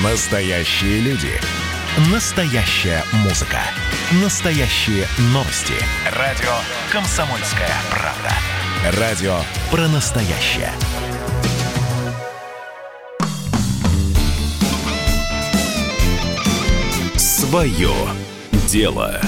Настоящие люди. Настоящая музыка. Настоящие новости. Радио «Комсомольская правда». Радио про настоящее. Свое дело.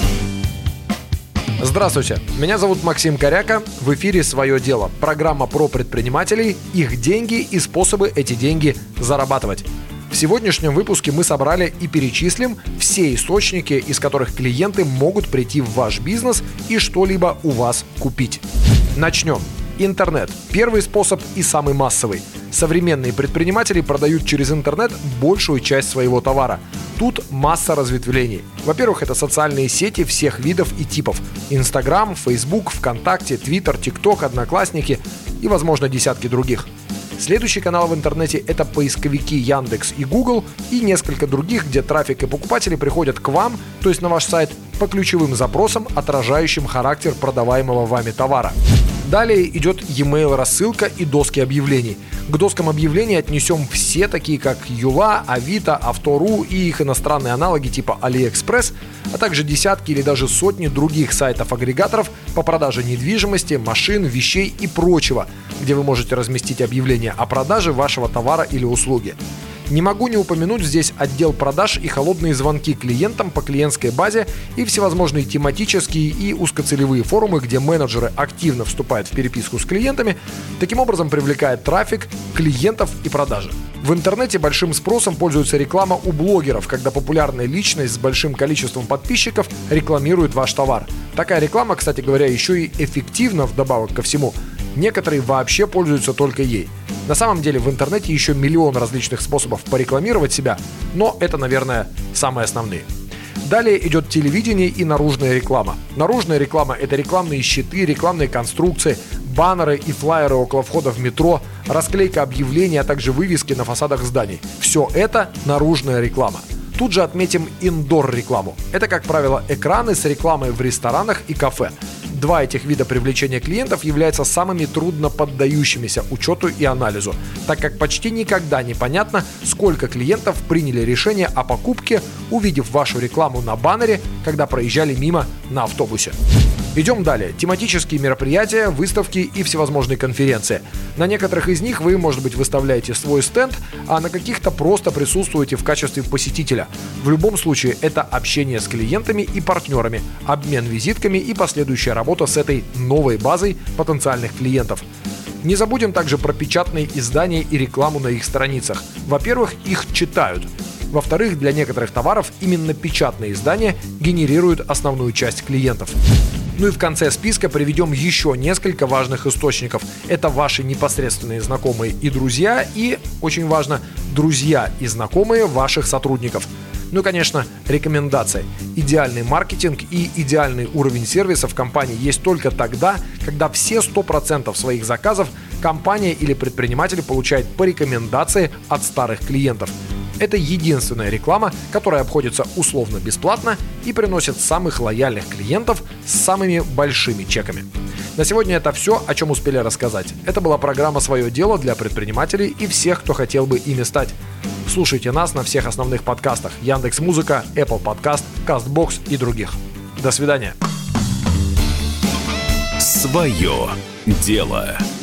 Здравствуйте, меня зовут Максим Коряка. В эфире «Свое дело» – программа про предпринимателей, их деньги и способы эти деньги зарабатывать. В сегодняшнем выпуске мы собрали и перечислим все источники, из которых клиенты могут прийти в ваш бизнес и что-либо у вас купить. Начнем. Интернет – первый способ и самый массовый. Современные предприниматели продают через интернет большую часть своего товара. Тут масса разветвлений. Во-первых, это социальные сети всех видов и типов. Инстаграм, Фейсбук, ВКонтакте, Твиттер, ТикТок, Одноклассники и, возможно, десятки других. Следующий канал в интернете – это поисковики Яндекс и Google и несколько других, где трафик и покупатели приходят к вам, то есть на ваш сайт, по ключевым запросам, отражающим характер продаваемого вами товара. Далее идет e-mail рассылка и доски объявлений. К доскам объявлений отнесем все, такие как Юла, Авито, Авто.ру и их иностранные аналоги типа AliExpress, а также десятки или даже сотни других сайтов-агрегаторов по продаже недвижимости, машин, вещей и прочего, где вы можете разместить объявление о продаже вашего товара или услуги. Не могу не упомянуть здесь отдел продаж и холодные звонки клиентам по клиентской базе и всевозможные тематические и узкоцелевые форумы, где менеджеры активно вступают в переписку с клиентами, таким образом привлекая трафик, клиентов и продажи. В интернете большим спросом пользуется реклама у блогеров, когда популярная личность с большим количеством подписчиков рекламирует ваш товар. Такая реклама, кстати говоря, еще и эффективна вдобавок ко всему. Некоторые вообще пользуются только ей. На самом деле в интернете еще миллион различных способов порекламировать себя, но это, наверное, самые основные. Далее идет телевидение и наружная реклама. Наружная реклама – это рекламные щиты, рекламные конструкции, баннеры и флаеры около входа в метро, расклейка объявлений, а также вывески на фасадах зданий. Все это наружная реклама. Тут же отметим индор-рекламу. Это, как правило, экраны с рекламой в ресторанах и кафе. Два этих вида привлечения клиентов являются самыми трудно поддающимися учету и анализу, так как почти никогда не понятно, сколько клиентов приняли решение о покупке, увидев вашу рекламу на баннере, когда проезжали мимо на автобусе. Идем далее. Тематические мероприятия, выставки и всевозможные конференции. На некоторых из них вы, может быть, выставляете свой стенд, а на каких-то просто присутствуете в качестве посетителя. В любом случае, это общение с клиентами и партнерами, обмен визитками и последующая работа с этой новой базой потенциальных клиентов. Не забудем также про печатные издания и рекламу на их страницах. Во-первых, их читают. Во-вторых, для некоторых товаров именно печатные издания генерируют основную часть клиентов. Ну и в конце списка приведем еще несколько важных источников. Это ваши непосредственные знакомые и друзья, и, очень важно, друзья и знакомые ваших сотрудников. Ну и, конечно, рекомендации. Идеальный маркетинг и идеальный уровень сервиса в компании есть только тогда, когда все 100% своих заказов компания или предприниматель получает по рекомендации от старых клиентов. Это единственная реклама, которая обходится условно бесплатно и приносит самых лояльных клиентов с самыми большими чеками. На сегодня это все, о чем успели рассказать. Это была программа «Свое дело» для предпринимателей и всех, кто хотел бы ими стать. Слушайте нас на всех основных подкастах: Яндекс.Музыка, Apple Podcast, Castbox и других. До свидания. Свое дело.